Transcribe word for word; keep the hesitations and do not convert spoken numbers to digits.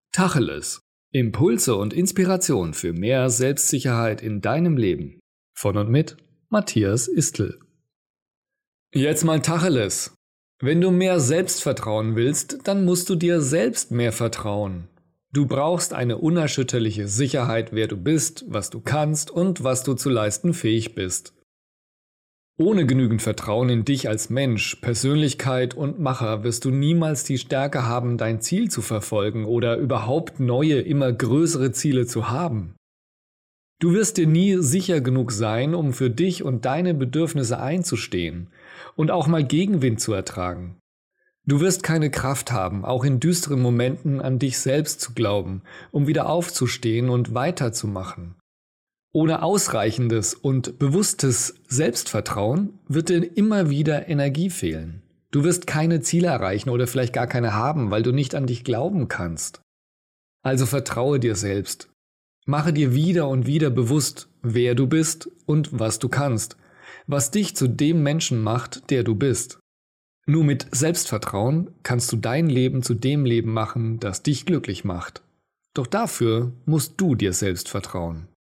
Tacheles. Impulse und Inspiration für mehr Selbstsicherheit in deinem Leben. Von und mit Matthias Istl. Jetzt mal Tacheles. Wenn du mehr Selbstvertrauen willst, dann musst du dir selbst mehr vertrauen. Du brauchst eine unerschütterliche Sicherheit, wer du bist, was du kannst und was du zu leisten fähig bist. Ohne genügend Vertrauen in dich als Mensch, Persönlichkeit und Macher wirst du niemals die Stärke haben, dein Ziel zu verfolgen oder überhaupt neue, immer größere Ziele zu haben. Du wirst dir nie sicher genug sein, um für dich und deine Bedürfnisse einzustehen und auch mal Gegenwind zu ertragen. Du wirst keine Kraft haben, auch in düsteren Momenten an dich selbst zu glauben, um wieder aufzustehen und weiterzumachen. Ohne ausreichendes und bewusstes Selbstvertrauen wird dir immer wieder Energie fehlen. Du wirst keine Ziele erreichen oder vielleicht gar keine haben, weil du nicht an dich glauben kannst. Also vertraue dir selbst. Mache dir wieder und wieder bewusst, wer du bist und was du kannst, was dich zu dem Menschen macht, der du bist. Nur mit Selbstvertrauen kannst du dein Leben zu dem Leben machen, das dich glücklich macht. Doch dafür musst du dir selbst vertrauen.